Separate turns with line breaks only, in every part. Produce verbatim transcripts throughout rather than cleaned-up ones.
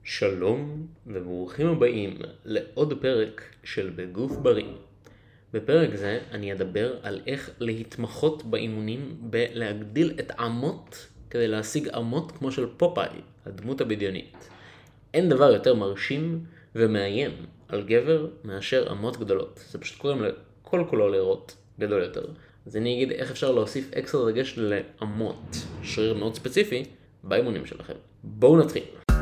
שלום וברוכים הבאים לעוד פרק של בגוף בריא. בפרק זה אני אדבר על איך להתמחות באימונים בלהגדיל את אמות כדי להשיג אמות כמו של פופאי, הדמות הבדיונית. אין דבר יותר מרשים ומאיים על גבר מאשר אמות גדולות. זה פשוט קוראים לכל כולו לראות גדול יותר. אז אני אגיד איך אפשר להוסיף אקסטרה דגש לאמות, שריר מאוד ספציפי, באימונים שלכם. בואו נתחיל.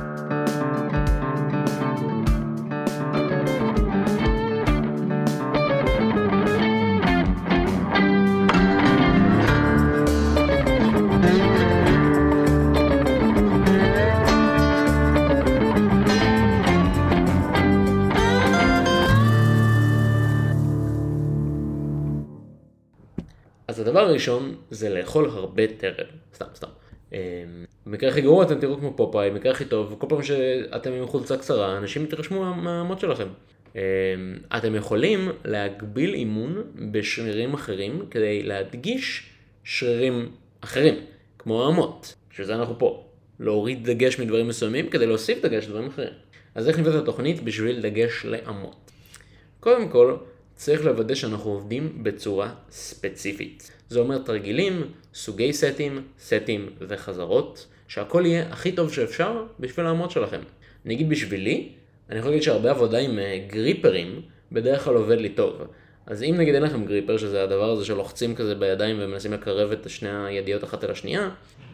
אז הדבר הראשון זה לאכול הרבה טרם, סתם סתם. במקרה הכי גרוע אתם תראו כמו פופאי, במקרה הכי טוב, כל פעם שאתם עם חולצה קצרה, אנשים יתרשמו מהאמות שלכם. אתם יכולים להגביל אימון בשרירים אחרים כדי להדגיש שרירים אחרים, כמו האמות, שזה אנחנו פה. להוריד דגש מדברים מסוימים כדי להוסיף דגש לדברים אחרים. אז איך נביא את התוכנית בשביל דגש לאמות? קודם כל, צריך לוודא שאנחנו עובדים בצורה ספציפית. זה אומר תרגילים, סוגי סטים, סטים וחזרות, שהכל יהיה הכי טוב שאפשר בשביל האמות שלכם. נגיד בשבילי, אני יכול להגיד שהרבה עבודה עם גריפרים בדרך כלל עובד לי טוב. אז אם נגיד אין לכם גריפר, שזה הדבר הזה שלוחצים כזה בידיים ומנסים לקרב את שני הידיות אחת אל השנייה,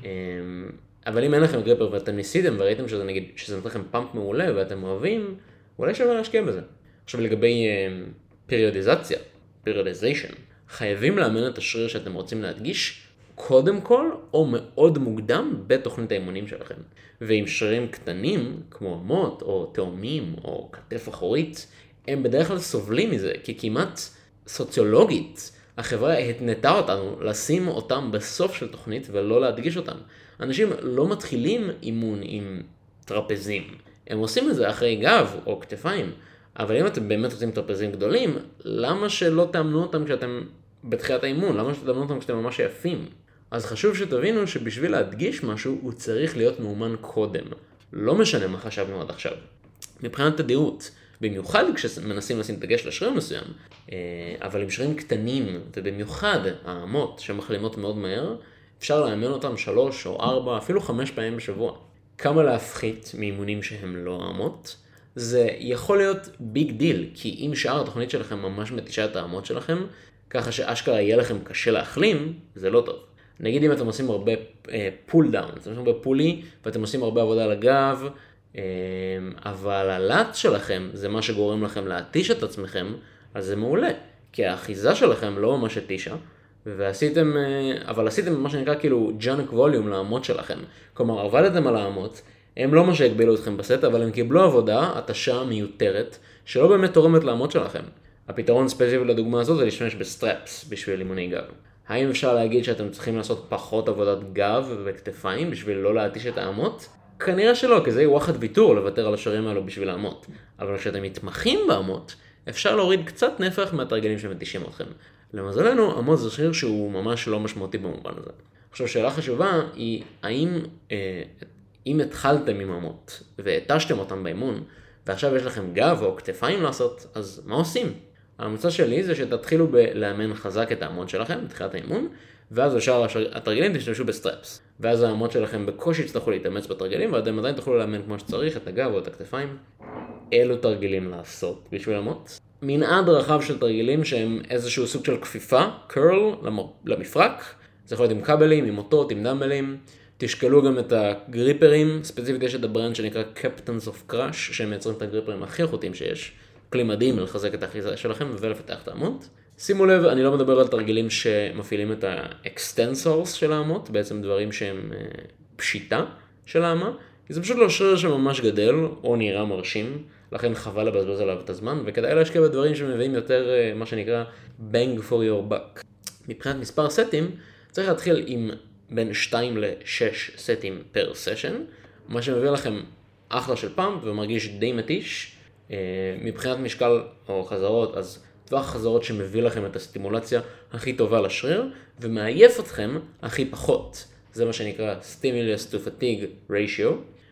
אבל אם אין לכם גריפר ואתם ניסיתם וראיתם שזה נגיד, שזה נותן לכם פאמפ מעולה ואתם אוהבים, אולי שווה להשקיע בזה. עכשיו לגבי פריודיזציה, פריודיזיישן, חייבים לאמן את השריר שאתם רוצים להדגיש קודם כל או מאוד מוקדם בתוכנית האימונים שלכם. ועם שרירים קטנים כמו אמות או תאומים או כתף אחורית, הם בדרך כלל סובלים מזה, כי כמעט סוציולוגית החברה התנתה אותנו לשים אותם בסוף של תוכנית ולא להדגיש אותם. אנשים לא מתחילים אימון עם טרפזים, הם עושים את זה אחרי גב או כתפיים. אבל אם אתם באמת עושים טרפזים גדולים, למה שלא תאמנו אותם כשאתם בתחילת האימון? למה שלא תאמנו אותם כשאתם ממש יפים? אז חשוב שתבינו שבשביל להדגיש משהו, הוא צריך להיות מאומן קודם. לא משנה מה חשבנו עד עכשיו. מבחינת תדירות, במיוחד כשמנסים לשים דגש לשריר מסוים, אבל עם שרירים קטנים, ובמיוחד האמות שמחלימות מאוד מהר, אפשר לאמן אותם שלוש או ארבע, אפילו חמש פעמים בשבוע. כמה להפחית מאימונים שהם לא האמות? זה יכול להיות ביג דיל, כי אם שאר התוכנית שלכם ממש מתישה את האמות שלכם, ככה שאשכרה יהיה לכם קשה להחלים, זה לא טוב. נגיד אם אתם עושים הרבה פול דאון, אתם עושים הרבה פולי, ואתם עושים הרבה עבודה על הגב, אה, אבל הלט שלכם זה מה שגורם לכם להתיש את עצמכם, אז זה מעולה, כי האחיזה שלכם לא ממש התישה, ועשיתם, אבל עשיתם מה שנקרא כאילו ג'אנק ווליום לאמות שלכם. כלומר, עבדתם על האמות, הם לא מה שהגבילו אתכם בסט, אבל הם קיבלו עבודה, התשה מיותרת, שלא באמת תורמת לאמות שלכם. הפתרון ספציפי לדוגמה הזאת זה להשתמש בסטרפס בשביל אימוני גב. האם אפשר להגיד שאתם צריכים לעשות פחות עבודת גב וכתפיים בשביל לא להתיש את האמות? כנראה שלא, כי זה יהיה וואחד ויתור לוותר על השרירים האלו בשביל האמות. אבל כשאתם מתמחים באמות, אפשר להוריד קצת נפח מהתרגילים שמתישים אתכם. למזלנו, אמות זה שריר שהוא ממש לא משמעותי במובן הזה. עכשיו, שאלה חשובה היא, האם אה, אם התחלתם עם אמות והתשתם אותם באימון, ועכשיו יש לכם גב או כתפיים לעשות, אז מה עושים? ההמלצה שלי זה שתתחילו בלאמן חזק את האמות שלכם בתחילת האימון, ואז בשאר התרגילים תשתמשו בסטרפס. ואז האמות שלכם בקושי יצטרכו להתאמץ בתרגילים, ואתם עדיין תוכלו לאמן כמו שצריך את הגב או את הכתפיים. אילו תרגילים לעשות בשביל אמות? מנעד רחב של תרגילים שהם איזשהו סוג של כפיפה, קרל, למפרק. זה יכול להיות עם קאבלים, עם מוטות, עם דמבלים. תשקלו גם את הגריפרים, ספציפית יש את הברנד שנקרא Captains of Crush, שהם מייצרים את הגריפרים הכי איכותיים שיש. כלי מדהים לחזק את האחיזה שלכם ולפתח את האמות. שימו לב, אני לא מדבר על תרגילים שמפעילים את ה-extensors של האמות, בעצם דברים שהם פשיטה של האמה, כי זה פשוט לא שריר שממש גדל או נראה מרשים, לכן חבל לבזבז עליו את הזמן, וכדאי להשקיע בדברים שמביאים יותר מה שנקרא bang for your buck. מבחינת מספר סטים, צריך להתחיל עם בין שתיים לשש סטים פר סשן, מה שמביא לכם אחלה של פאמפ ומרגיש די מתיש. מבחינת משקל או חזרות, אז טווח חזרות שמביא לכם את הסטימולציה הכי טובה לשריר, ומעייף אתכם הכי פחות. זה מה שנקרא Stimulus to Fatigue Ratio,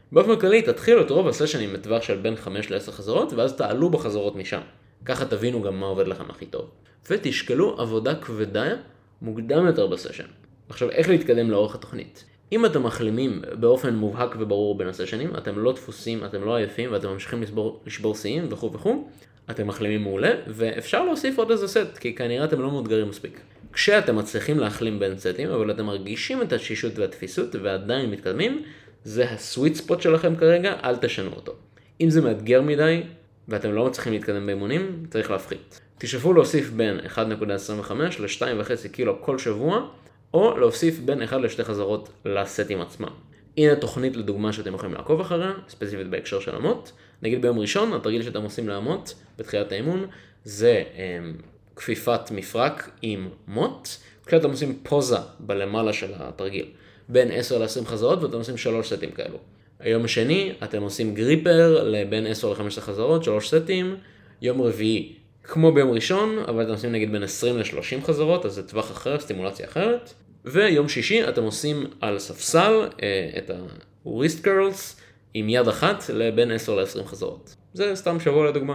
באופן כללי תתחילו את רוב הסשנים בטווח של בין חמש לעשר חזרות, ואז תעלו בחזרות משם. ככה תבינו גם מה עובד לכם הכי טוב. ותשקלו עבודה כבדה מוקדם יותר בסשן. עכשיו, איך להתקדם לאורך התוכנית? אם אתם מחלימים באופן מובהק וברור בין הסשנים, אתם לא דפוסים, אתם לא עייפים, ואתם ממשיכים לשבור, לשבור שיאים וכו' וכו', אתם מחלימים מעולה, ואפשר להוסיף עוד איזה סט, כי כנראה אתם לא מאותגרים מספיק. כשאתם מצליחים להחלים בין סטים, אבל אתם מרגישים את התשישות והתפיסות ועדיין מתקדמים, זה הסוויט ספוט שלכם כרגע, אל תשנו אותו. אם זה מאתגר מדי, ואתם לא מצליחים להתקדם באימונים, צריך להפחית. תשאפו להוסיף בין אחת נקודה עשרים וחמש ל-שתיים וחצי קילו כל שבוע, או להוסיף בין אחת לשתי חזרות לסטים עצמם. הנה תוכנית לדוגמה שאתם יכולים לעקוב אחריה, ספציפית בהקשר של אמות. נגיד ביום ראשון, התרגיל שאתם עושים לאמות בתחילת האימון, זה הם, כפיפת מפרק עם מוט, כשאתם עושים פוזה בלמעלה של התרגיל, בין עשר לעשרים חזרות, ואתם עושים שלוש סטים כאלו. היום השני, אתם עושים גריפר לבין עשר לחמש עשרה חזרות, שלוש סטים. יום רביעי, כמו ביום ראשון, אבל אתם עושים נגיד בין עשרים לשלושים חזרות, אז זה טווח אחר, סטימולציה אחרת. ויום שישי, אתם עושים על ספסל את ה-wrist curls עם יד אחת לבין עשר לעשרים חזרות. זה סתם שבוע לדוגמה.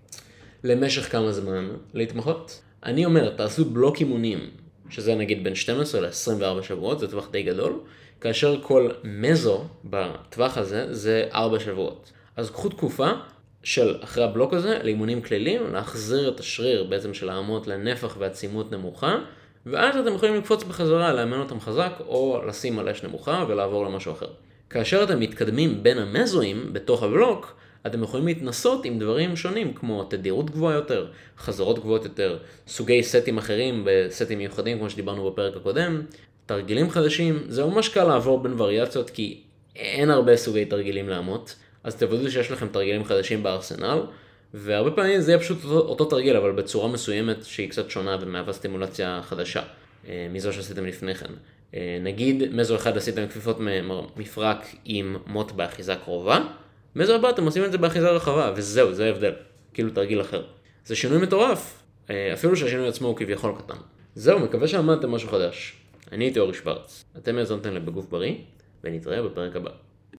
למשך כמה זמן להתמחות? אני אומר, תעשו בלוק אימונים, שזה נגיד בין שתים עשרה ל-עשרים וארבע שבועות, זה טווח די גדול, כאשר כל מזו בטווח הזה זה ארבע שבועות. אז קחו תקופה של אחרי הבלוק הזה לאימונים כלליים, להחזיר את השריר בעצם של האמות לנפח ועצימות נמוכה, ואז אתם יכולים לקפוץ בחזרה, לאמן אותם חזק, או לשים על אש נמוכה ולעבור למשהו אחר. כאשר אתם מתקדמים בין המזואים בתוך הבלוק, אתם יכולים להתנסות עם דברים שונים, כמו תדירות גבוהה יותר, חזרות גבוהות יותר, סוגי סטים אחרים בסטים מיוחדים, כמו שדיברנו בפרק הקודם, תרגילים חדשים. זה ממש קל לעבור בין וריאציות, כי אין הרבה סוגי תרגילים לאמות, אז תוודאו שיש לכם תרגילים חדשים בארסנל, והרבה פעמים זה יהיה פשוט אותו, אותו תרגיל, אבל בצורה מסוימת שהיא קצת שונה ומהווה סטימולציה חדשה, מזו שעשיתם לפני כן. נגיד, מזו אחד עשיתם כפיפות מפרק עם מוט באחיזה קרובה, מזו הבא אתם עושים את זה באחיזה רחבה, וזהו, זה ההבדל, כאילו תרגיל אחר. זה שינוי מטורף, אפילו שהשינוי עצמו הוא כביכול קטן. זהו, מקווה שעמדתם משהו חדש. אני הייתי אורי שוורץ, אתם האזנתם לבגוף בריא, ונתראה בפרק הבא.